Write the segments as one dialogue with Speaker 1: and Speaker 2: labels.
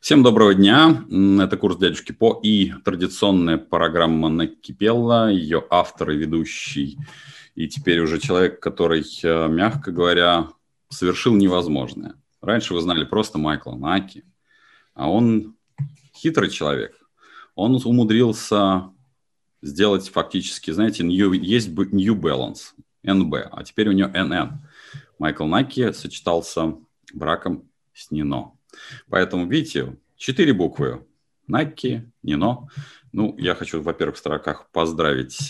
Speaker 1: Всем доброго дня. Это курс дядюшки По и традиционная программа «Накипело». Ее автор и ведущий, и теперь уже человек, который, мягко говоря, совершил невозможное. Раньше вы знали просто Майкла Наки, а он хитрый человек. Он умудрился сделать фактически, знаете, есть New Balance, NB, а теперь у него NN. Майкл Наки сочетался браком с Нино. Поэтому, видите, 4 буквы. Наки, Нино. Ну, я хочу, во-первых, в строках поздравить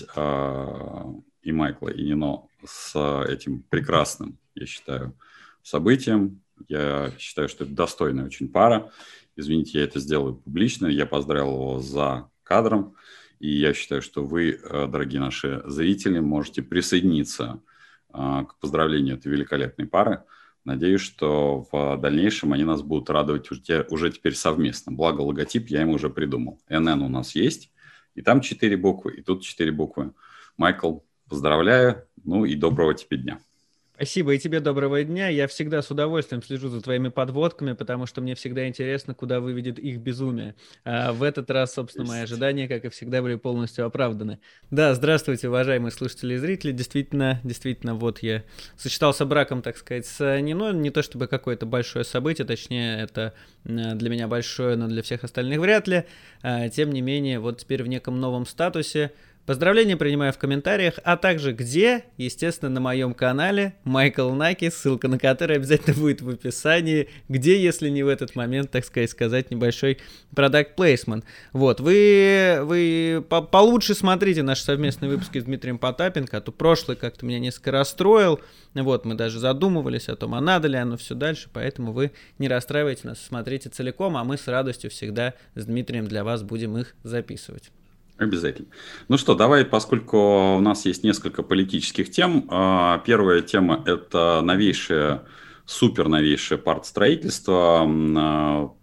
Speaker 1: и Майкла, и Нино с этим прекрасным, я считаю, событием. Я считаю, что это достойная очень пара. Извините, я это сделаю публично. Я поздравил его за кадром. И я считаю, что вы, дорогие наши зрители, можете присоединиться к поздравлению этой великолепной пары. Надеюсь, что в дальнейшем они нас будут радовать уже теперь совместно. Благо, логотип я им уже придумал. НН у нас есть, и там 4 буквы, и тут 4 буквы. Майкл, поздравляю, ну и доброго тебе дня.
Speaker 2: Спасибо, и тебе доброго дня. Я всегда с удовольствием слежу за твоими подводками, потому что мне всегда интересно, куда выведет их безумие. А в этот раз, собственно, мои ожидания, как и всегда, были полностью оправданы. Да, здравствуйте, уважаемые слушатели и зрители. Действительно, вот я сочетался браком, так сказать, с Нино. Не то чтобы какое-то большое событие, точнее, это для меня большое, но для всех остальных вряд ли. Тем не менее, вот теперь в неком новом статусе. Поздравления принимаю в комментариях, а также где, естественно, на моем канале Майкл Наки, ссылка на который обязательно будет в описании, где, если не в этот момент, так сказать, небольшой product placement. Вот, вы получше смотрите наши совместные выпуски с Дмитрием Потапенко, а то прошлый как-то меня несколько расстроил, вот, мы даже задумывались о том, а надо ли оно все дальше, поэтому вы не расстраивайте нас, смотрите целиком, а мы с радостью всегда с Дмитрием для вас будем их записывать.
Speaker 1: Обязательно. Ну что, давай, поскольку у нас есть несколько политических тем. Первая тема – это супер новейшее партстроительство,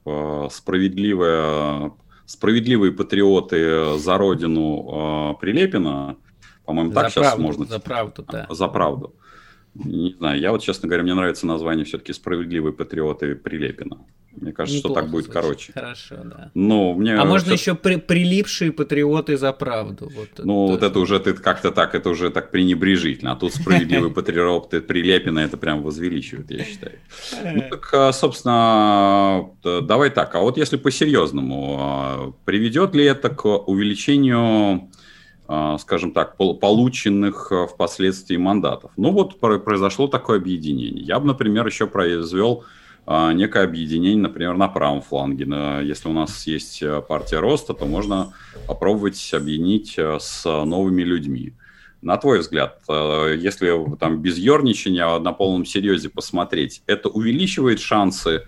Speaker 1: справедливые патриоты за родину Прилепина. По-моему, так сейчас можно.
Speaker 2: За правду, да.
Speaker 1: За правду. Не знаю, я вот, честно говоря, мне нравится название все-таки «Справедливые патриоты Прилепина». Мне кажется,
Speaker 2: неплохо,
Speaker 1: что так будет короче.
Speaker 2: Хорошо, да.
Speaker 1: Но
Speaker 2: можно еще прилипшие патриоты за правду.
Speaker 1: Вот это уже ты как-то так, это уже так пренебрежительно. А тут «Справедливые патриоты Прилепина» это прям возвеличивает, я считаю. Ну так, собственно, давай так. А вот если по-серьезному, приведет ли это к увеличению, скажем так, полученных впоследствии мандатов? Ну вот произошло такое объединение. Я бы, например, еще произвел некое объединение, например, на правом фланге. Если у нас есть партия роста, то можно попробовать объединить с новыми людьми. На твой взгляд, если там без ерничания, на полном серьезе посмотреть, это увеличивает шансы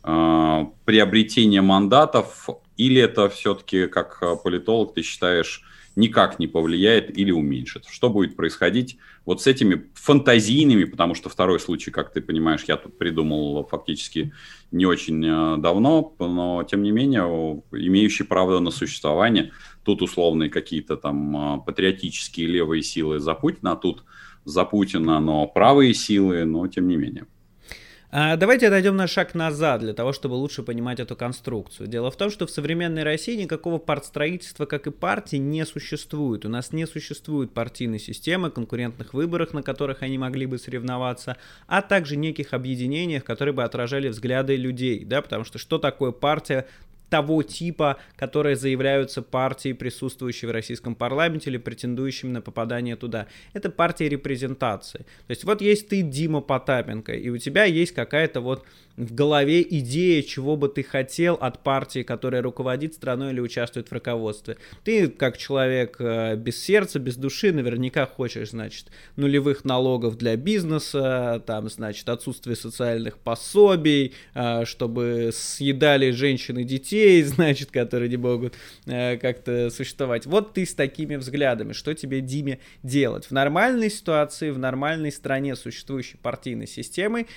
Speaker 1: приобретения мандатов, или это все-таки, как политолог, ты считаешь, никак не повлияет или уменьшит? Что будет происходить вот с этими фантазийными, потому что второй случай, как ты понимаешь, я тут придумал фактически не очень давно, но тем не менее имеющий право на существование. Тут условные какие-то там патриотические левые силы за Путина, а тут за Путина, но правые силы, но тем не менее.
Speaker 2: Давайте отойдем на шаг назад, для того, чтобы лучше понимать эту конструкцию. Дело в том, что в современной России никакого партстроительства, как и партии, не существует. У нас не существует партийной системы, конкурентных выборах, на которых они могли бы соревноваться, а также неких объединениях, которые бы отражали взгляды людей. Да? Потому что такое партия того типа, которые заявляются партией, присутствующей в российском парламенте или претендующими на попадание туда. Это партия репрезентации. То есть вот есть ты, Дима Потапенко, и у тебя есть какая-то вот в голове идея, чего бы ты хотел от партии, которая руководит страной или участвует в руководстве. Ты, как человек без сердца, без души, наверняка хочешь, значит, нулевых налогов для бизнеса, там, значит, отсутствие социальных пособий, чтобы съедали женщин и детей, детей, значит, которые не могут как-то существовать. Вот ты с такими взглядами. Что тебе, Диме, делать? В нормальной ситуации, в нормальной стране существующей партийной системой,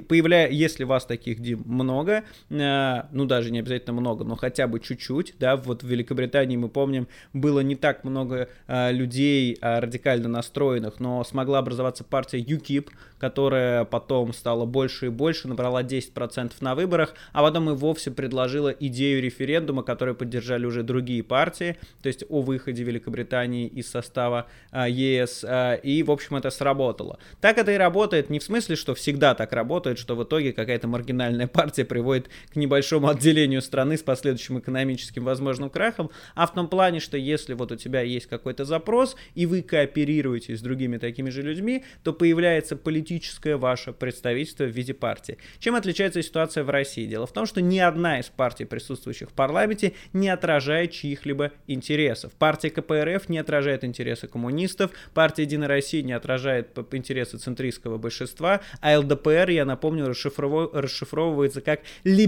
Speaker 2: если вас таких, Дим, много, ну, даже не обязательно много, но хотя бы чуть-чуть, да, вот в Великобритании, мы помним, было не так много людей радикально настроенных, но смогла образоваться партия UKIP, которая потом стала больше и больше, набрала 10% на выборах, а потом и вовсе предложила идею референдума, которую поддержали уже другие партии, то есть о выходе Великобритании из состава ЕС, и, в общем, это сработало. Так это и работает, не в смысле, что всегда так работает, что в итоге какая-то маргинальная партия приводит к небольшому отделению страны с последующим экономическим возможным крахом, а в том плане, что если вот у тебя есть какой-то запрос, и вы кооперируете с другими такими же людьми, то появляется политическое ваше представительство в виде партии. Чем отличается ситуация в России? Дело в том, что ни одна из партий, присутствующих в парламенте, не отражает чьих-либо интересов. Партия КПРФ не отражает интересы коммунистов, партия «Единая Россия» не отражает интересы центристского большинства, а ЛДПР, я напомню, расшифровывается как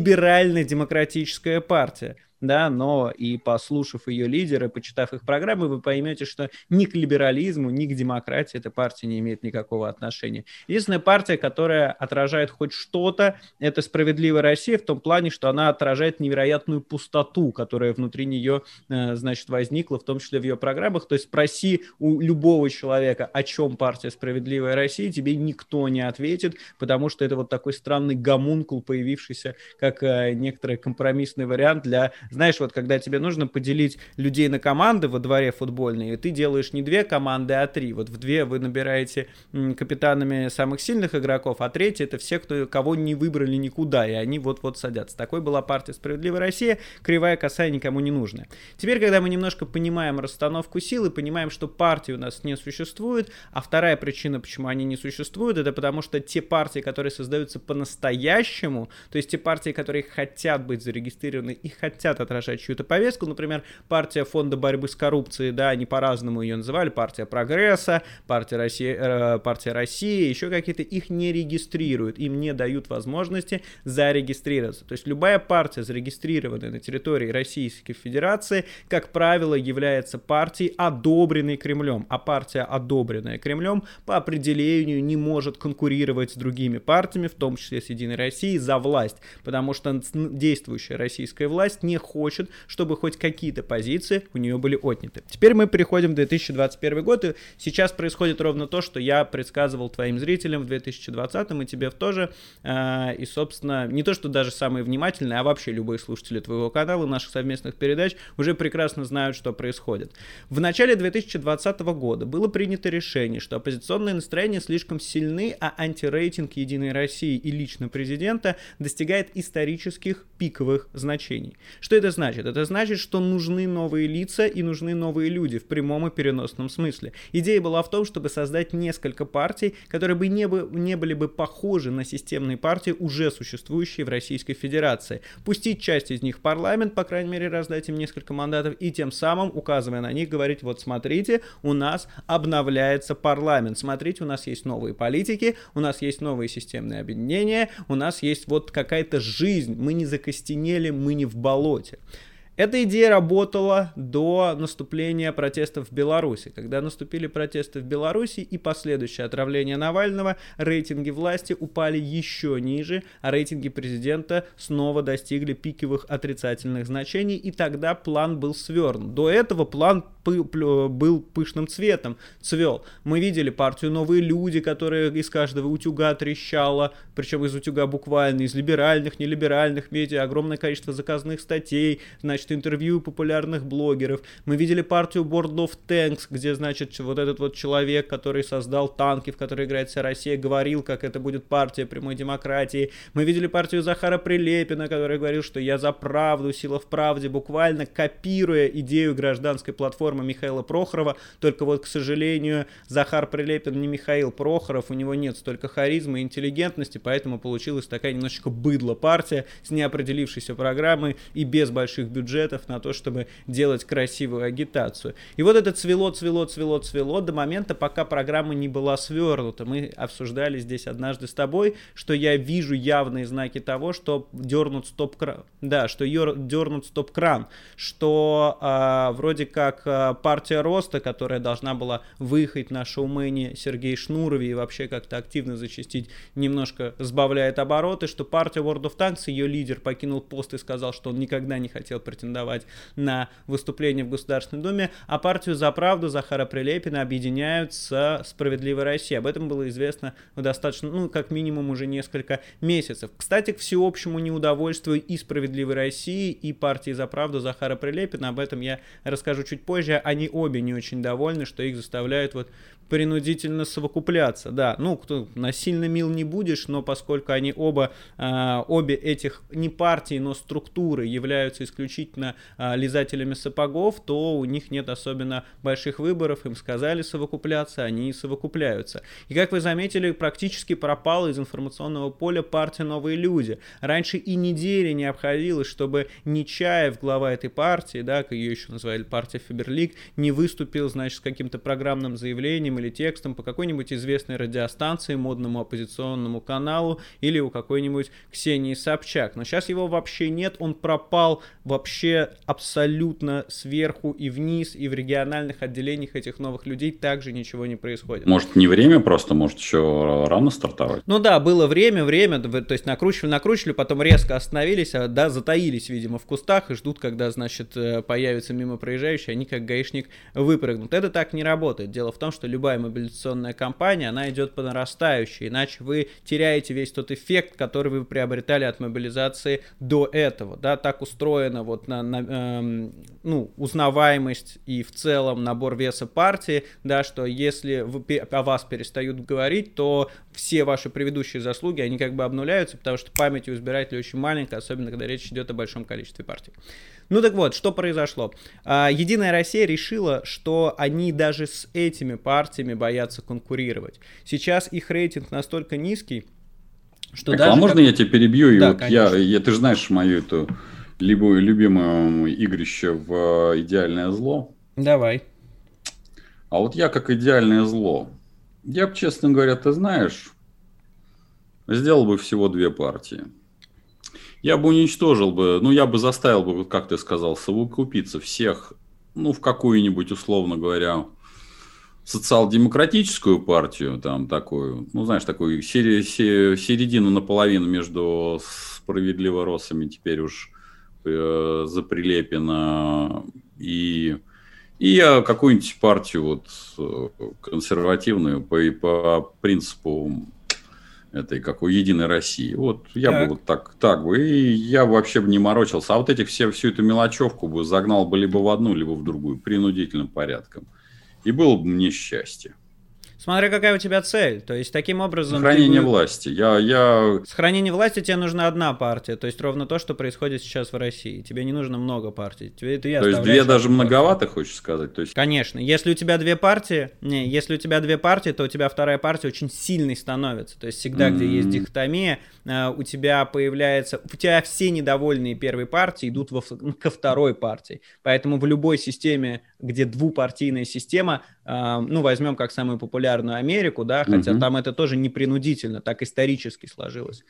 Speaker 2: либерально-демократическая партия. Да, но и послушав ее лидера, почитав их программы, вы поймете, что ни к либерализму, ни к демократии эта партия не имеет никакого отношения. Единственная партия, которая отражает хоть что-то, это «Справедливая Россия», в том плане, что она отражает невероятную пустоту, которая внутри нее, значит, возникла, в том числе в ее программах. То есть спроси у любого человека, о чем партия «Справедливая Россия», тебе никто не ответит, потому что это вот такой странный гомункул, появившийся как некоторый компромиссный вариант для... Знаешь, вот когда тебе нужно поделить людей на команды во дворе футбольные, и ты делаешь не 2 команды, а 3. Вот в 2 вы набираете капитанами самых сильных игроков, а 3 это все, кого не выбрали никуда, и они вот-вот садятся. Такой была партия «Справедливая Россия», кривая, косая, никому не нужная. Теперь, когда мы немножко понимаем расстановку сил и понимаем, что партии у нас не существует, а вторая причина, почему они не существуют, это потому что те партии, которые создаются по-настоящему, то есть те партии, которые хотят быть зарегистрированы и хотят отражать чью-то повестку, например, партия Фонда борьбы с коррупцией, да, они по-разному ее называли, партия Прогресса, партия России, еще какие-то, их не регистрируют, им не дают возможности зарегистрироваться. То есть любая партия, зарегистрированная на территории Российской Федерации, как правило, является партией, одобренной Кремлем, а партия, одобренная Кремлем, по определению не может конкурировать с другими партиями, в том числе с Единой Россией, за власть, потому что действующая российская власть не хочет, чтобы хоть какие-то позиции у нее были отняты. Теперь мы переходим в 2021 год, и сейчас происходит ровно то, что я предсказывал твоим зрителям в 2020 и тебе тоже, и, собственно, не то, что даже самые внимательные, а вообще любые слушатели твоего канала, наших совместных передач уже прекрасно знают, что происходит. В начале 2020 года было принято решение, что оппозиционные настроения слишком сильны, а антирейтинг Единой России и лично президента достигает исторических пиковых значений. Что это значит? Это значит, что нужны новые лица и нужны новые люди в прямом и переносном смысле. Идея была в том, чтобы создать несколько партий, которые бы не были бы похожи на системные партии, уже существующие в Российской Федерации. Пустить часть из них в парламент, по крайней мере, раздать им несколько мандатов, и тем самым, указывая на них, говорить: вот смотрите, у нас обновляется парламент, смотрите, у нас есть новые политики, у нас есть новые системные объединения, у нас есть вот какая-то жизнь, мы не закостенели, мы не в болоте. Эта идея работала до наступления протестов в Беларуси. Когда наступили протесты в Беларуси и последующее отравление Навального, рейтинги власти упали еще ниже, а рейтинги президента снова достигли пиковых отрицательных значений, и тогда план был свернут. До этого план был пышным цветом, цвел. Мы видели партию «Новые люди», которая из каждого утюга трещала, причем из утюга буквально, из либеральных, нелиберальных медиа, огромное количество заказных статей, значит, интервью популярных блогеров. Мы видели партию World of Tanks, где, значит, вот этот вот человек, который создал танки, в которой играет вся Россия, говорил, как это будет партия прямой демократии. Мы видели партию Захара Прилепина, который говорил, что я за правду, сила в правде, буквально копируя идею гражданской платформы Михаила Прохорова. Только вот, к сожалению, Захар Прилепин не Михаил Прохоров, у него нет столько харизмы и интеллигентности, поэтому получилась такая немножечко быдло партия с неопределившейся программой и без больших бюджетов, бюджетов на то, чтобы делать красивую агитацию. И вот это цвело до момента, пока программа не была свернута. Мы обсуждали здесь однажды с тобой, что я вижу явные знаки того, что дернут стоп-кран. Да, что дернут стоп-кран, что вроде как партия роста, которая должна была выехать на шоумене Сергей Шнурове и вообще как-то активно зачастить, немножко сбавляет обороты, что партия World of Tanks, ее лидер покинул пост и сказал, что он никогда не хотел претендовать на выступление в Государственной Думе, а партию «За правду» Захара Прилепина объединяют с «Справедливой Россией». Об этом было известно достаточно, как минимум уже несколько месяцев. Кстати, к всеобщему неудовольствию и «Справедливой России», и партии «За правду» Захара Прилепина, об этом я расскажу чуть позже, они обе не очень довольны, что их заставляют принудительно совокупляться. Да, кто насильно мил не будешь, но поскольку они обе этих не партии, но структуры являются исключительно лизателями сапогов, то у них нет особенно больших выборов, им сказали совокупляться, они и совокупляются. И как вы заметили, практически пропала из информационного поля партия «Новые люди». Раньше и недели не обходилось, чтобы Нечаев, глава этой партии, да, как ее еще называли партия Фаберлик, не выступил, с каким-то программным заявлением или текстом по какой-нибудь известной радиостанции, модному оппозиционному каналу или у какой-нибудь Ксении Собчак. Но сейчас его вообще нет, он пропал вообще абсолютно сверху и вниз, и в региональных отделениях этих «Новых людей» также ничего не происходит.
Speaker 1: Может, не время просто, может, еще рано стартовать?
Speaker 2: Было время, то есть накручивали, потом резко остановились, затаились, видимо, в кустах и ждут, когда, появится мимо проезжающий, они как гаишник выпрыгнут. Это так не работает. Дело в том, что любая мобилизационная кампания, она идет по нарастающей, иначе вы теряете весь тот эффект, который вы приобретали от мобилизации до этого. Да, так устроена узнаваемость и в целом набор веса партии, да, что если о вас перестают говорить, то все ваши предыдущие заслуги, они как бы обнуляются, потому что память у избирателей очень маленькая, особенно когда речь идет о большом количестве партий. Так вот, что произошло? Единая Россия решила, что они даже с этими партиями боятся конкурировать. Сейчас их рейтинг настолько низкий, что
Speaker 1: так,
Speaker 2: даже...
Speaker 1: можно я тебя перебью?
Speaker 2: Да,
Speaker 1: И ты же знаешь мою эту любимое игрище в идеальное зло.
Speaker 2: Давай.
Speaker 1: А я как идеальное зло. Я бы, честно говоря, ты знаешь, сделал бы всего 2 партии. Я бы уничтожил бы, я бы заставил бы, как ты сказал, совокупиться всех, в какую-нибудь, условно говоря, социал-демократическую партию, там такую, такую середину наполовину между справедливоросами, теперь уж за Прилепина, и какую-нибудь партию консервативную по принципу этой, как у Единой России. Я бы так бы, и я вообще бы не морочился. А всю эту мелочевку бы загнал бы либо в одну, либо в другую, принудительным порядком. И было бы мне счастье.
Speaker 2: Смотря какая у тебя цель. То есть, таким образом...
Speaker 1: Сохранение власти.
Speaker 2: Сохранение власти тебе нужна одна партия. То есть, ровно то, что происходит сейчас в России. Тебе не нужно много партий. То есть,
Speaker 1: 2 даже многовато, хочешь сказать? То есть...
Speaker 2: Конечно. Если у тебя 2 партии, то у тебя вторая партия очень сильной становится. То есть, всегда, где есть дихотомия, у тебя все недовольные первой партии идут ко второй партии. Поэтому в любой системе, где двупартийная система, возьмем как самую популярную Америку, да, хотя там это тоже не принудительно, так исторически сложилось.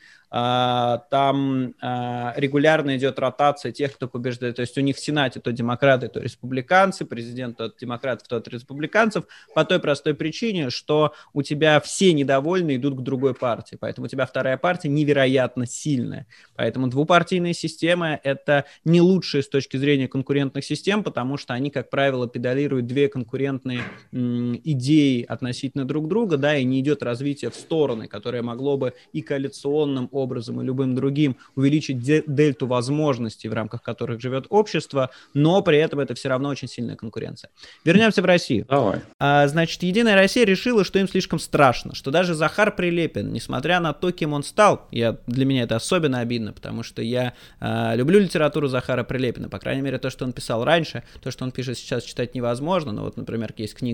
Speaker 2: Там регулярно идет ротация тех, кто побеждает. То есть у них в Сенате то демократы, то республиканцы, президент то от демократов, то от республиканцев, по той простой причине, что у тебя все недовольные идут к другой партии. Поэтому у тебя вторая партия невероятно сильная. Поэтому двупартийная система – это не лучшая с точки зрения конкурентных систем, потому что они, как правило, педалируют 2 конкурентные идеи относительно друг друга, да, и не идет развитие в стороны, которое могло бы и коалиционным образом, и любым другим увеличить дельту возможностей, в рамках которых живет общество, но при этом это все равно очень сильная конкуренция. Вернемся в Россию.
Speaker 1: Давай.
Speaker 2: Значит, Единая Россия решила, что им слишком страшно, что даже Захар Прилепин, несмотря на то, кем он стал, для меня это особенно обидно, потому что я люблю литературу Захара Прилепина, по крайней мере, то, что он писал раньше, то, что он пишет сейчас, читать невозможно, но например, есть книга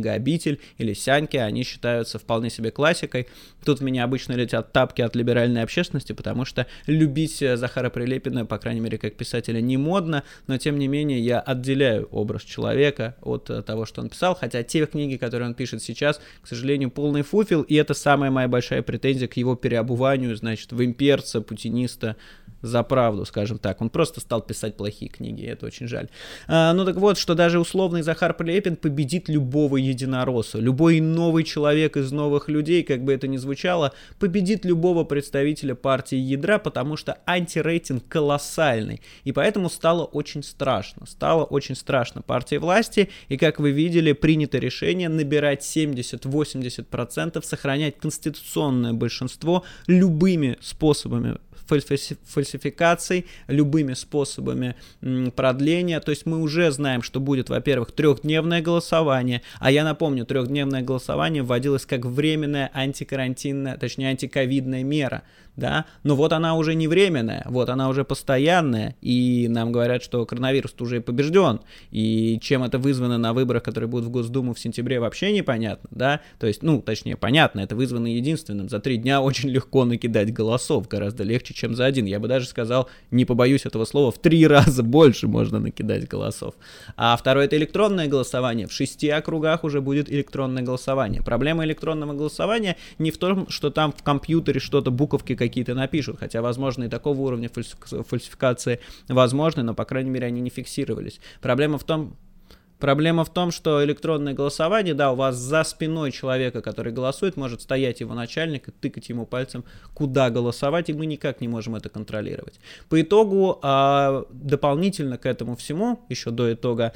Speaker 2: книга «Обитель» или «Сяньки», они считаются вполне себе классикой. Тут в меня обычно летят тапки от либеральной общественности, потому что любить Захара Прилепина, по крайней мере, как писателя, не модно, но тем не менее я отделяю образ человека от того, что он писал, хотя те книги, которые он пишет сейчас, к сожалению, полный фуфел, и это самая моя большая претензия к его переобуванию, значит, в имперца, путиниста, за правду, скажем так. Он просто стал писать плохие книги, и это очень жаль. Ну так вот, что даже условный Захар Прилепин победит любого единоросса. Любой новый человек из новых людей, как бы это ни звучало, победит любого представителя партии ядра, потому что антирейтинг колоссальный. И поэтому стало очень страшно. Стало очень страшно партии власти, и, как вы видели, принято решение набирать 70-80%, сохранять конституционное большинство любыми способами фальсификаций, любыми способами продления. То есть мы уже знаем, что будет, во-первых, 3-дневное голосование, а я напомню, 3-дневное голосование вводилось как временная антикарантинная, точнее антиковидная мера, да, но вот она уже не временная, вот она уже постоянная, и нам говорят, что коронавирус уже побежден, и чем это вызвано на выборах, которые будут в Госдуму в сентябре, вообще непонятно, да, то есть, ну, точнее, понятно, это вызвано единственным, за 3 дня очень легко накидать голосов, гораздо легче, чем за 1, я бы даже сказал, не побоюсь этого слова, в 3 раза больше можно накидать голосов. А второе — это электронное голосование, в 6 округах уже будет электронное голосование. Проблема электронного голосования не в том, что там в компьютере что-то, буковки какие-то напишут, хотя, возможно, и такого уровня фальсификации возможны, но, по крайней мере, они не фиксировались. Проблема в том, что электронное голосование, да, у вас за спиной человека, который голосует, может стоять его начальник и тыкать ему пальцем, куда голосовать, и мы никак не можем это контролировать. По итогу, дополнительно к этому всему, еще до итога,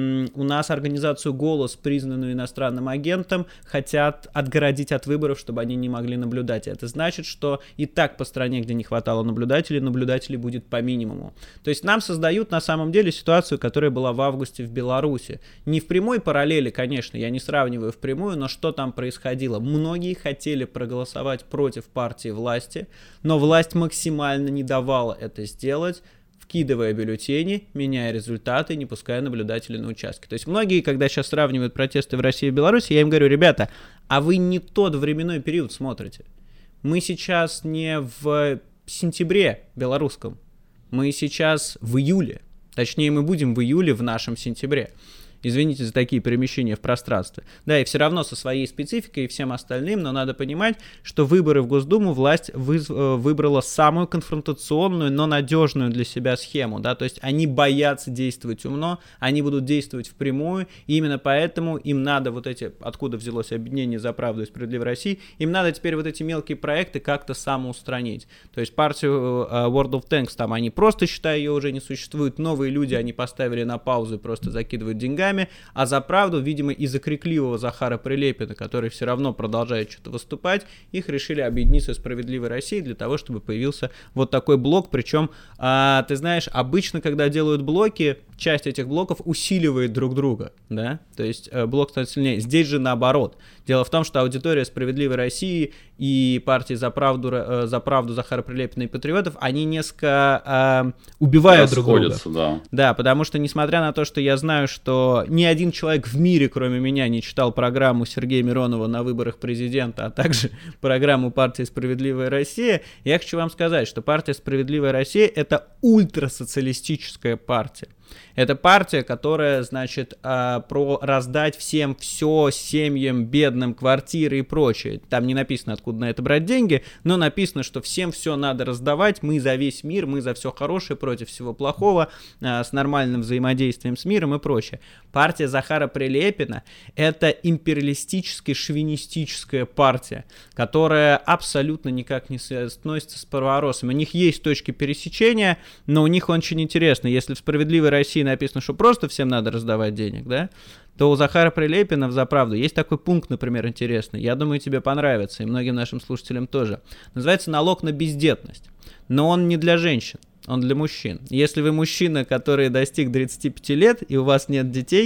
Speaker 2: у нас организацию «Голос», признанную иностранным агентом, хотят отгородить от выборов, чтобы они не могли наблюдать. Это значит, что и так по стране, где не хватало наблюдателей будет по минимуму. То есть нам создают на самом деле ситуацию, которая была в августе в Беларуси. Не в прямой параллели, конечно, я не сравниваю впрямую, но что там происходило? Многие хотели проголосовать против партии власти, но власть максимально не давала это сделать, вкидывая бюллетени, меняя результаты, не пуская наблюдателей на участке. То есть многие, когда сейчас сравнивают протесты в России и в Беларуси, я им говорю: ребята, а вы не тот временной период смотрите. Мы сейчас не в сентябре белорусском, мы сейчас в июле. Точнее, мы будем в июле в нашем сентябре. Извините за такие перемещения в пространстве. Да, и все равно со своей спецификой и всем остальным, но надо понимать, что выборы в Госдуму власть выбрала самую конфронтационную, но надежную для себя схему. Да? То есть они боятся действовать умно, они будут действовать впрямую, и именно поэтому им надо вот эти, откуда взялось объединение «За правду» и «Справедливой России», им надо теперь вот эти мелкие проекты как-то самоустранить. То есть партию World of Tanks, там они просто, считая, ее уже не существует, новые люди они поставили на паузу и просто закидывают деньгами. А «За правду», видимо, из-за крикливого Захара Прилепина, который все равно продолжает что-то выступать, их решили объединить со «Справедливой Россией» для того, чтобы появился вот такой блок. Причем, ты знаешь, обычно, когда делают блоки, часть этих блоков усиливает друг друга, да, то есть блок становится сильнее. Здесь же наоборот. Дело в том, что аудитория «Справедливой России» и партии «За правду» Захара Прилепина и патриотов, они несколько убивают друг друга.
Speaker 1: Да.
Speaker 2: Да, потому что, несмотря на то, что я знаю, что ни один человек в мире, кроме меня, не читал программу Сергея Миронова на выборах президента, а также программу партии «Справедливая Россия», я хочу вам сказать, что партия «Справедливая Россия» — это ультрасоциалистическая партия. Это партия, которая, значит, про раздать всем все, семьям, бедным, квартиры и прочее. Там не написано, откуда на это брать деньги, но написано, что всем все надо раздавать, мы за весь мир, мы за все хорошее, против всего плохого, с нормальным взаимодействием с миром и прочее. Партия Захара Прилепина — это империалистическая, шовинистическая партия, которая абсолютно никак не относится с праворосами. У них есть точки пересечения, но у них очень интересно. Если в «Справедливой России» написано, что просто всем надо раздавать денег, да, то у Захара Прилепина в «За правду» есть такой пункт, например, интересный. Я думаю, тебе понравится, и многим нашим слушателям тоже. Называется «Налог на бездетность». Но он не для женщин, он для мужчин. Если вы мужчина, который достиг 35 лет, и у вас нет детей,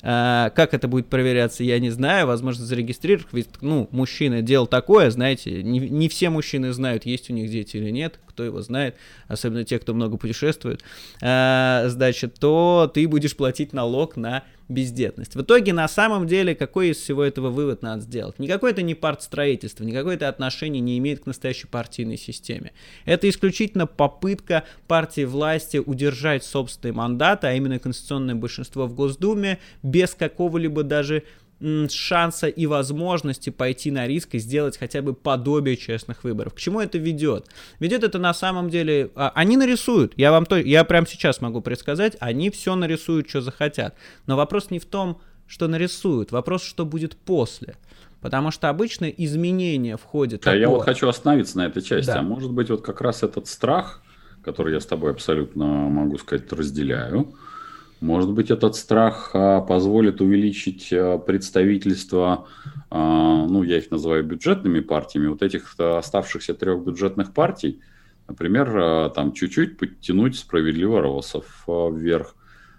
Speaker 2: Как это будет проверяться, я не знаю. Возможно, зарегистрировать. Ведь, мужчина делал такое, знаете, не все мужчины знают, есть у них дети или нет, кто его знает, особенно те, кто много путешествует, значит, то ты будешь платить налог на бездетность. В итоге, на самом деле, какой из всего этого вывод надо сделать? Никакое это не партстроительство, никакое это отношение не имеет к настоящей партийной системе. Это исключительно попытка партии власти удержать собственные мандаты, а именно конституционное большинство в Госдуме, без какого-либо даже шанса и возможности пойти на риск и сделать хотя бы подобие честных выборов. К чему это ведет? Ведет это на самом деле... Они нарисуют, я прямо сейчас могу предсказать, они все нарисуют, что захотят. Но вопрос не в том, что нарисуют, вопрос, что будет после. Потому что обычно изменения в ходе такого...
Speaker 1: Я вот хочу остановиться на этой части.
Speaker 2: Да.
Speaker 1: А может быть, вот как раз этот страх, который я с тобой абсолютно, могу сказать, разделяю, может быть, этот страх позволит увеличить представительство, я их называю бюджетными партиями, вот этих оставшихся 3 бюджетных партий, например, там чуть-чуть подтянуть справедливо Росов вверх,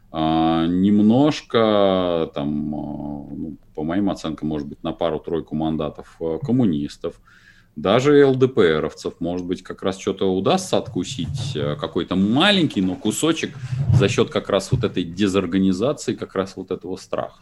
Speaker 1: немножко, там, по моим оценкам, может быть, на пару-тройку мандатов коммунистов, даже ЛДПРовцев, может быть, как раз что-то удастся откусить, какой-то маленький, но кусочек за счет как раз вот этой дезорганизации, как раз вот этого страха.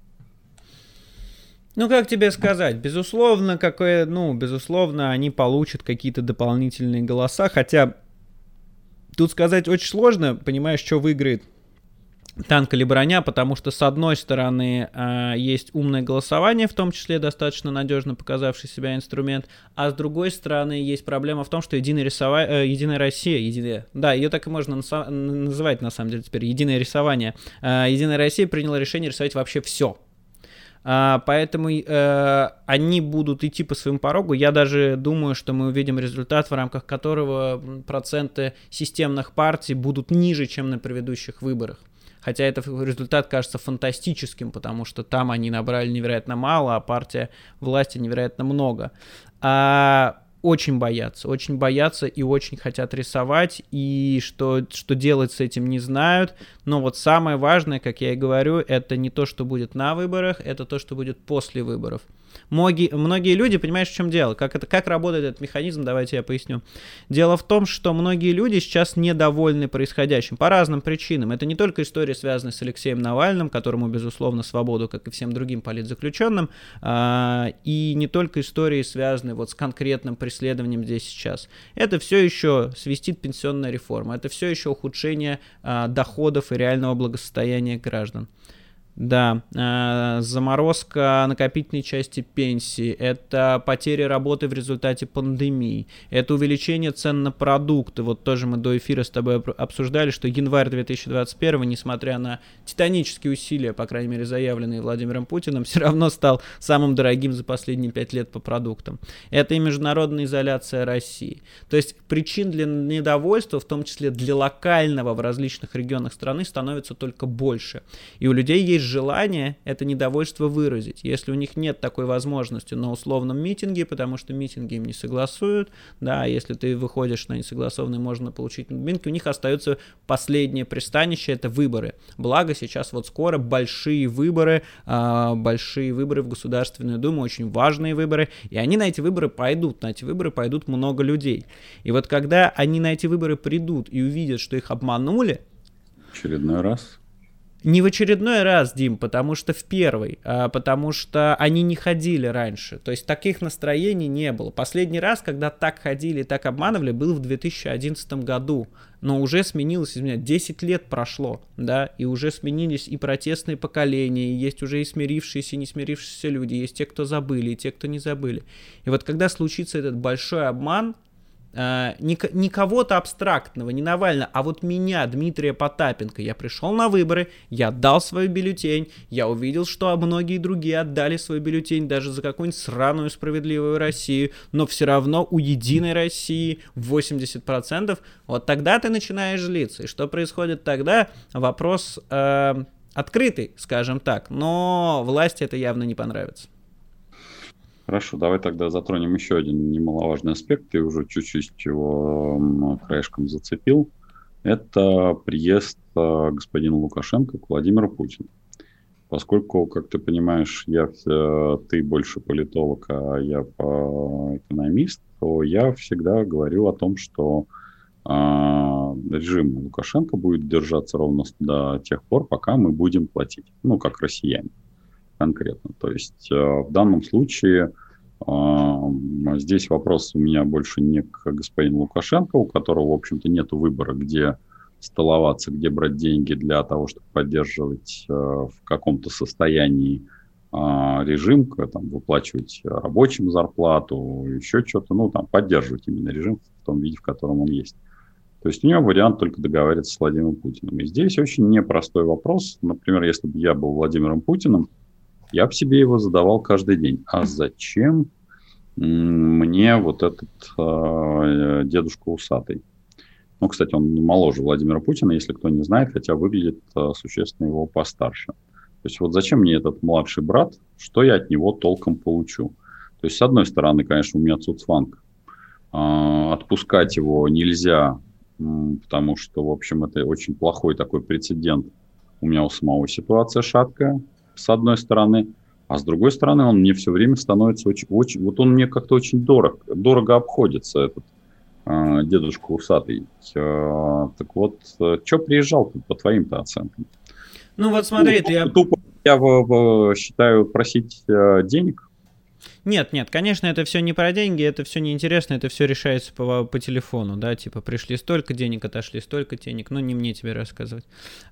Speaker 2: Как тебе сказать, безусловно, безусловно, они получат какие-то дополнительные голоса, хотя тут сказать очень сложно, понимаешь, что выиграет танк или броня, потому что, с одной стороны, есть умное голосование, в том числе достаточно надежно показавший себя инструмент, а с другой стороны, есть проблема в том, что Единая Россия, да, ее так и можно называть, на самом деле, теперь, Единое рисование, Единая Россия приняла решение рисовать вообще все. Поэтому они будут идти по своему порогу. Я даже думаю, что мы увидим результат, в рамках которого проценты системных партий будут ниже, чем на предыдущих выборах. Хотя этот результат кажется фантастическим, потому что там они набрали невероятно мало, а партия власти невероятно много. Очень боятся и очень хотят рисовать, и что делать с этим не знают. Но вот самое важное, как я и говорю, это не то, что будет на выборах, это то, что будет после выборов. Многие люди, понимаешь, в чем дело? Как работает этот механизм, давайте я поясню. Дело в том, что многие люди сейчас недовольны происходящим по разным причинам. Это не только история, связанная с Алексеем Навальным, которому, безусловно, свободу, как и всем другим политзаключенным, и не только истории, связанные вот с конкретным преследованием здесь сейчас. Это все еще свистит пенсионная реформа, это все еще ухудшение доходов и реального благосостояния граждан. Да, заморозка накопительной части пенсии, это потеря работы в результате пандемии, это увеличение цен на продукты. Вот тоже мы до эфира с тобой обсуждали, что январь 2021, несмотря на титанические усилия, по крайней мере заявленные Владимиром Путиным, все равно стал самым дорогим за последние 5 лет по продуктам. Это и международная изоляция России. То есть причин для недовольства, в том числе для локального в различных регионах страны, становится только больше. И у людей есть желание это недовольство выразить. Если у них нет такой возможности на условном митинге, потому что митинги им не согласуют, да, если ты выходишь на несогласованный, можно получить митинг, у них остается последнее пристанище, это выборы. Благо сейчас вот скоро большие выборы в Государственную Думу, очень важные выборы, и они на эти выборы пойдут много людей. И вот когда они на эти выборы придут и увидят, что их обманули,
Speaker 1: очередной раз.
Speaker 2: Не в очередной раз, Дим, потому что в первый, потому что они не ходили раньше, то есть таких настроений не было. Последний раз, когда так ходили и так обманывали, был в 2011 году, но уже сменилось, 10 лет прошло, да, и уже сменились и протестные поколения, и есть уже и смирившиеся, и не смирившиеся люди, есть те, кто забыли, и те, кто не забыли. И вот когда случится этот большой обман, не кого-то абстрактного, не Навального, а вот меня, Дмитрия Потапенко. Я пришел на выборы, я отдал свой бюллетень, я увидел, что многие другие отдали свой бюллетень даже за какую-нибудь сраную справедливую Россию, но все равно у Единой России 80%. Вот тогда ты начинаешь злиться. И что происходит тогда? Вопрос открытый, скажем так, но власти это явно не понравится.
Speaker 1: Хорошо, давай тогда затронем еще один немаловажный аспект. Ты уже чуть-чуть его краешком зацепил. Это приезд господина Лукашенко к Владимиру Путину. Поскольку, как ты понимаешь, ты больше политолог, а я экономист, то я всегда говорю о том, что режим Лукашенко будет держаться ровно до тех пор, пока мы будем платить. Ну, как россияне конкретно. То есть в данном случае здесь вопрос у меня больше не к господину Лукашенко, у которого, в общем-то, нет выбора, где столоваться, где брать деньги для того, чтобы поддерживать в каком-то состоянии режим, там, выплачивать рабочим зарплату, еще что-то, ну, там, поддерживать именно режим в том виде, в котором он есть. То есть у него вариант только договариваться с Владимиром Путиным. И здесь очень непростой вопрос. Например, если бы я был Владимиром Путиным, я бы себе его задавал каждый день. А зачем мне вот этот дедушка усатый? Ну, кстати, он моложе Владимира Путина, если кто не знает, хотя выглядит существенно его постарше. То есть вот зачем мне этот младший брат, что я от него толком получу? То есть, с одной стороны, конечно, у меня цуцванг. Отпускать его нельзя, потому что, в общем, это очень плохой такой прецедент. У меня у самого ситуация шаткая, с одной стороны. А с другой стороны, он мне все время становится очень вот он мне как-то очень дорого обходится, этот дедушка усатый. Так вот, что приезжал по твоим-то оценкам?
Speaker 2: Ну вот смотри,
Speaker 1: я считаю просить денег.
Speaker 2: Нет, конечно, это все не про деньги, это все неинтересно, это все решается по телефону, да, типа пришли столько денег, отошли столько денег, ну не мне тебе рассказывать.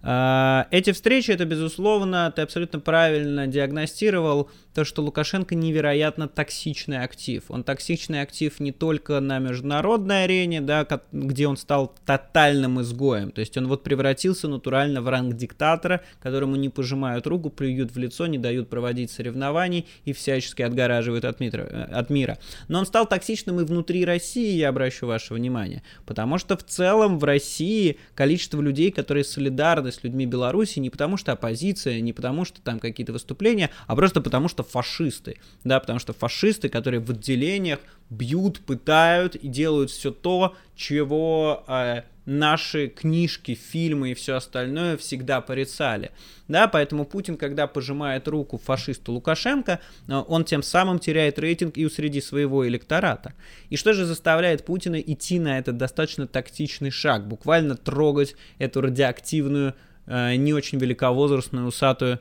Speaker 2: Эти встречи, это безусловно, ты абсолютно правильно диагностировал то, что Лукашенко невероятно токсичный актив. Он токсичный актив не только на международной арене, да, где он стал тотальным изгоем, то есть он вот превратился натурально в ранг диктатора, которому не пожимают руку, плюют в лицо, не дают проводить соревнований и всячески отгораживают от мира. Но он стал токсичным и внутри России, я обращу ваше внимание, потому что в целом в России количество людей, которые солидарны с людьми Беларуси, не потому что оппозиция, не потому что там какие-то выступления, а просто потому что фашисты, да, потому что фашисты, которые в отделениях бьют, пытают и делают все то, чего наши книжки, фильмы и все остальное всегда порицали. Да, поэтому Путин, когда пожимает руку фашисту Лукашенко, он тем самым теряет рейтинг и среди своего электората. И что же заставляет Путина идти на этот достаточно тактичный шаг, буквально трогать эту радиоактивную, не очень великовозрастную, усатую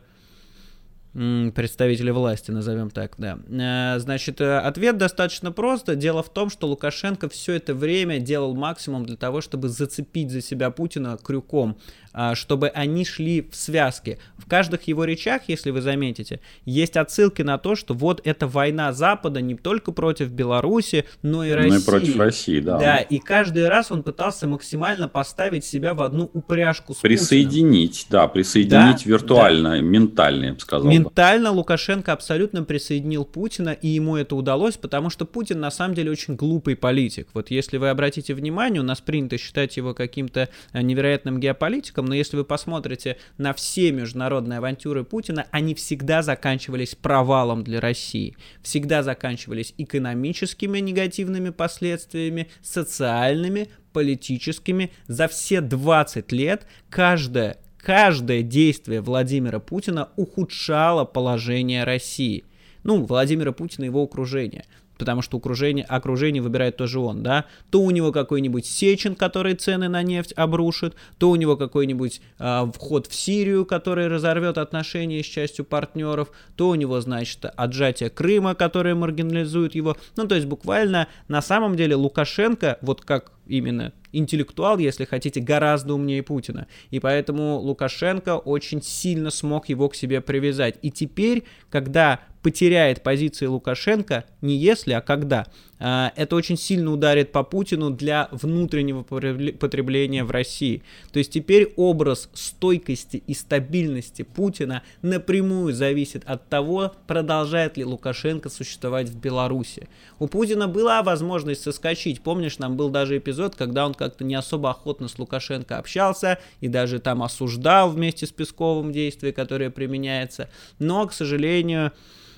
Speaker 2: представители власти, назовем так, да. Значит, ответ достаточно прост. Дело в том, что Лукашенко все это время делал максимум для того, чтобы зацепить за себя Путина крюком, чтобы они шли в связке. В каждых его речах, если вы заметите, есть отсылки на то, что вот эта война Запада не только против Беларуси, но и России.
Speaker 1: Ну и против России, да.
Speaker 2: Да, и каждый раз он пытался максимально поставить себя в одну упряжку с
Speaker 1: присоединить,
Speaker 2: Путиным.
Speaker 1: Присоединить виртуально, да. Ментально, я бы сказал.
Speaker 2: Ментально Лукашенко абсолютно присоединил Путина, и ему это удалось, потому что Путин на самом деле очень глупый политик. Вот если вы обратите внимание, у нас принято считать его каким-то невероятным геополитиком, но если вы посмотрите на все международные авантюры Путина, они всегда заканчивались провалом для России. Всегда заканчивались экономическими негативными последствиями, социальными, политическими. За все 20 лет каждое действие Владимира Путина ухудшало положение России. Ну, Владимира Путина и его окружение. Потому что окружение выбирает тоже он, да. То у него какой-нибудь Сечин, который цены на нефть обрушит, то у него какой-нибудь вход в Сирию, который разорвет отношения с частью партнеров, то у него, значит, отжатие Крыма, которое маргинализует его. Ну, то есть буквально на самом деле Лукашенко, вот как именно интеллектуал, если хотите, гораздо умнее Путина. И поэтому Лукашенко очень сильно смог его к себе привязать. И теперь, когда потеряет позиции Лукашенко, не если, а когда, это очень сильно ударит по Путину для внутреннего потребления в России. То есть теперь образ стойкости и стабильности Путина напрямую зависит от того, продолжает ли Лукашенко существовать в Беларуси. У Путина была возможность соскочить. Помнишь, нам был даже эпизод, когда он как-то не особо охотно с Лукашенко общался и даже там осуждал вместе с Песковым действия, которое применяется. Но, к сожалению,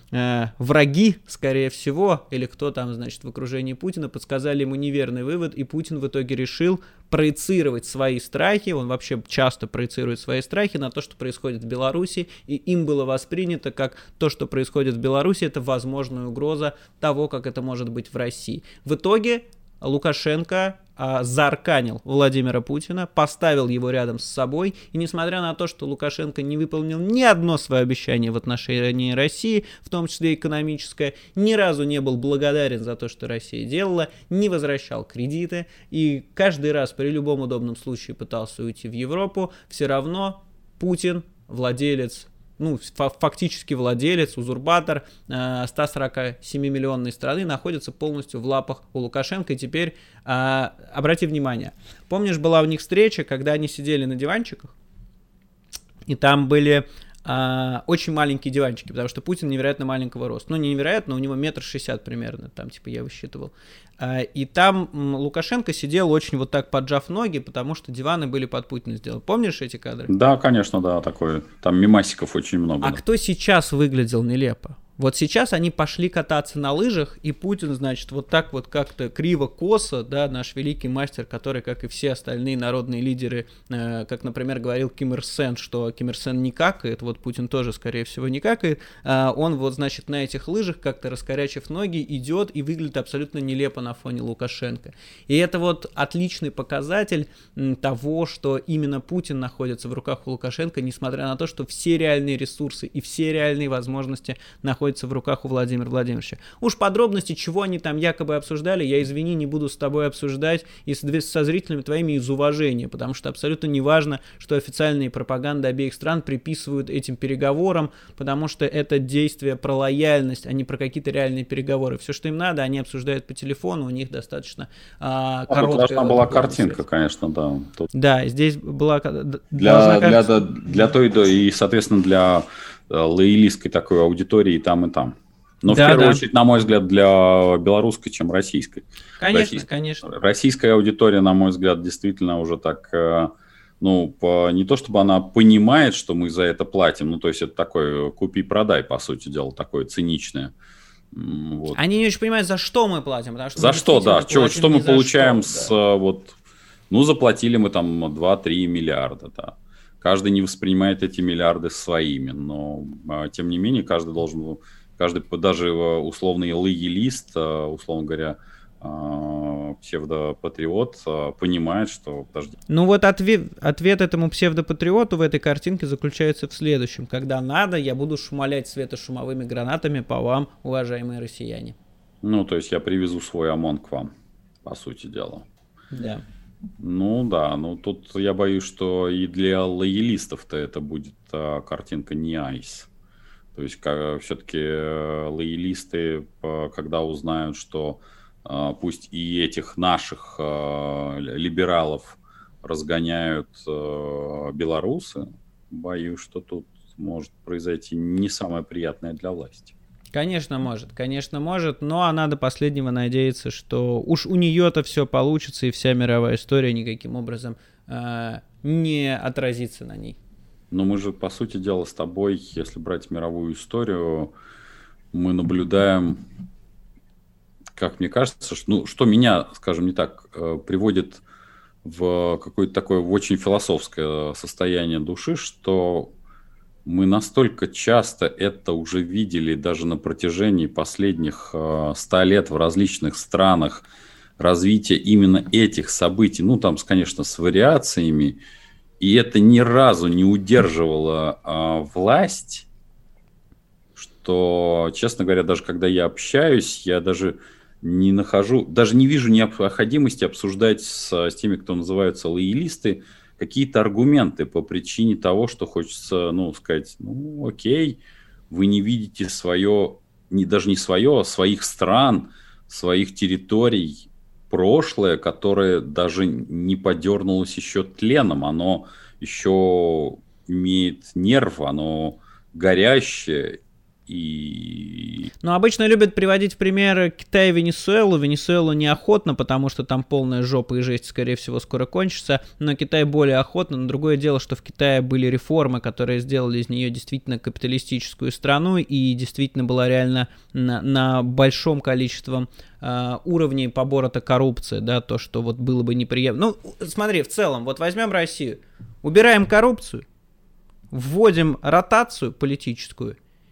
Speaker 2: враги, скорее всего, или кто там, значит, в окружении Путина, подсказали ему неверный вывод, и Путин в итоге решил проецировать свои страхи, он вообще часто проецирует свои страхи на то, что происходит в Беларуси, и им было воспринято как то, что происходит в Беларуси, это возможная угроза того, как это может быть в России. В итоге Лукашенко заарканил Владимира Путина, поставил его рядом с собой, и несмотря на то, что Лукашенко не выполнил ни одно свое обещание в отношении России, в том числе экономическое, ни разу не был благодарен за то, что Россия делала, не возвращал кредиты, и каждый раз при любом удобном случае пытался уйти в Европу, все равно Путин, владелец, фактически владелец, узурпатор 147-миллионной страны, находится полностью в лапах у Лукашенко. И теперь обрати внимание, помнишь, была у них встреча, когда они сидели на диванчиках, и там были очень маленькие диванчики, потому что Путин невероятно маленького роста. Не невероятно, у него 1,60 м примерно, там, я высчитывал. И там Лукашенко сидел очень вот так поджав ноги, потому что диваны были под Путина сделаны. Помнишь эти кадры?
Speaker 1: Да, конечно, да, такое. Там мемасиков очень много.
Speaker 2: А кто сейчас выглядел нелепо? Вот сейчас они пошли кататься на лыжах, и Путин, значит, вот так вот как-то криво-косо, да, наш великий мастер, который, как и все остальные народные лидеры, как, например, говорил Ким Ир Сен, что Ким Ир Сен не какает, вот Путин тоже, скорее всего, не какает, он вот, значит, на этих лыжах, как-то раскорячив ноги, идет и выглядит абсолютно нелепо на фоне Лукашенко. И это вот отличный показатель того, что именно Путин находится в руках у Лукашенко, несмотря на то, что все реальные ресурсы и все реальные возможности находятся в руках у Владимира Владимировича. Уж подробности, чего они там якобы обсуждали, я, извини, не буду с тобой обсуждать и со зрителями твоими из уважения, потому что абсолютно не важно, что официальные пропаганды обеих стран приписывают этим переговорам, потому что это действие про лояльность, а не про какие-то реальные переговоры. Все, что им надо, они обсуждают по телефону, у них достаточно короткая...
Speaker 1: Тут должна была картинка, конечно, да. Тут...
Speaker 2: Да, здесь была...
Speaker 1: Для той, и, соответственно, для лоялистской такой аудитории и там, и там. Но в первую очередь, на мой взгляд, для белорусской, чем российской.
Speaker 2: Конечно, конечно.
Speaker 1: Российская аудитория, на мой взгляд, действительно уже так, не то чтобы она понимает, что мы за это платим, то есть это такое купи-продай, по сути дела, такое циничное. Вот.
Speaker 2: Они не очень понимают, за что мы платим. Потому что
Speaker 1: за что, да. Что мы получаем заплатили мы там 2-3 миллиарда, да. Каждый не воспринимает эти миллиарды своими, но, тем не менее, каждый, даже условный лоялист, условно говоря, псевдопатриот, понимает, что...
Speaker 2: Ответ этому псевдопатриоту в этой картинке заключается в следующем. Когда надо, я буду шмалять светошумовыми гранатами по вам, уважаемые россияне.
Speaker 1: То есть я привезу свой ОМОН к вам, по сути дела.
Speaker 2: Да.
Speaker 1: Тут я боюсь, что и для лоялистов-то это будет картинка не айс. То есть все-таки лоялисты, когда узнают, что пусть и этих наших либералов разгоняют белорусы, боюсь, что тут может произойти не самое приятное для власти.
Speaker 2: Конечно, может, но она до последнего надеется, что уж у нее-то все получится, и вся мировая история никаким образом не отразится на ней.
Speaker 1: Но мы же, по сути дела, с тобой, если брать мировую историю, мы наблюдаем, как мне кажется, что меня, скажем не так, приводит в какое-то такое очень философское состояние души, что мы настолько часто это уже видели даже на протяжении последних 100 лет в различных странах, развитие именно этих событий, конечно, с вариациями, и это ни разу не удерживало власть, что, честно говоря, даже когда я общаюсь, я даже не вижу необходимости обсуждать с теми, кто называются лоялисты, какие-то аргументы по причине того, что хочется, сказать, окей, вы не видите даже не свое, а своих стран, своих территорий, прошлое, которое даже не подернулось еще тленом, оно еще имеет нерв, оно горящее, и...
Speaker 2: Ну, обычно любят приводить в пример Китай и Венесуэлу. Венесуэлу неохотно, потому что там полная жопа и жесть, скорее всего, скоро кончится. Но Китай более охотно. Но другое дело, что в Китае были реформы, которые сделали из нее действительно капиталистическую страну. И действительно была реально на большом количестве уровней побора-то коррупции. Да, то, что вот было бы неприемлемо. Ну, смотри, в целом, вот возьмем Россию. Убираем коррупцию, вводим ротацию политическую.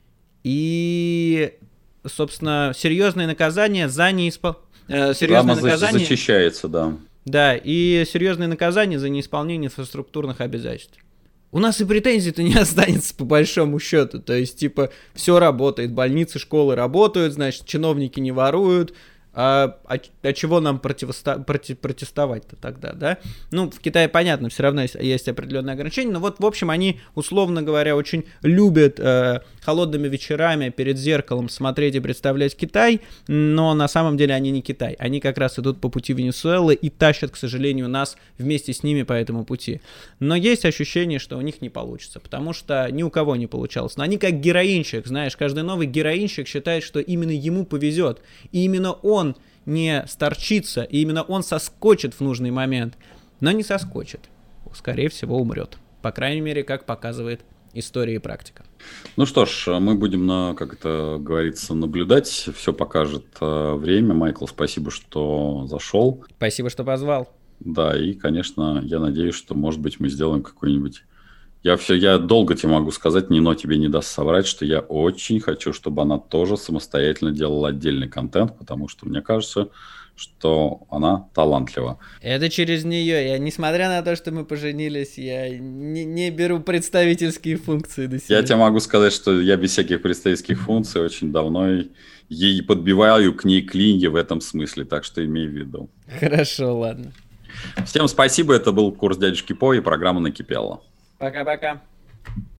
Speaker 2: И, собственно, серьезные наказания за серьезные наказания...
Speaker 1: зачищается, да.
Speaker 2: Да, и серьезные наказания за неисполнение инфраструктурных обязательств. У нас и претензий-то не останется, по большому счету. То есть, типа, все работает, больницы, школы работают, значит, чиновники не воруют. А чего нам протестовать-то тогда, да? Ну, в Китае, понятно, все равно есть определенные ограничения, но вот, в общем, они, условно говоря, очень любят холодными вечерами перед зеркалом смотреть и представлять Китай, но на самом деле они не Китай. Они как раз идут по пути Венесуэлы и тащат, к сожалению, нас вместе с ними по этому пути. Но есть ощущение, что у них не получится, потому что ни у кого не получалось. Но они как героинщик, знаешь, каждый новый героинщик считает, что именно ему повезет, и именно он не сторчится, и именно он соскочит в нужный момент, но не соскочит. Скорее всего, умрет. По крайней мере, как показывает история и практика.
Speaker 1: Ну что ж, мы будем, как это говорится, наблюдать. Все покажет время. Майкл, спасибо, что зашел.
Speaker 2: Спасибо, что позвал.
Speaker 1: Да, и, конечно, я надеюсь, что, может быть, мы сделаем какой-нибудь... Я долго тебе могу сказать, Нино тебе не даст соврать, что я очень хочу, чтобы она тоже самостоятельно делала отдельный контент, потому что мне кажется, что она талантлива.
Speaker 2: Это через нее. Я, несмотря на то, что мы поженились, я не беру представительские функции до себя.
Speaker 1: Я тебе могу сказать, что я без всяких представительских функций очень давно ей подбиваю к ней клинья в этом смысле, так что имей в виду.
Speaker 2: Хорошо, ладно.
Speaker 1: Всем спасибо, это был курс дядюшки По и программа «Накипело».
Speaker 2: Пока-пока.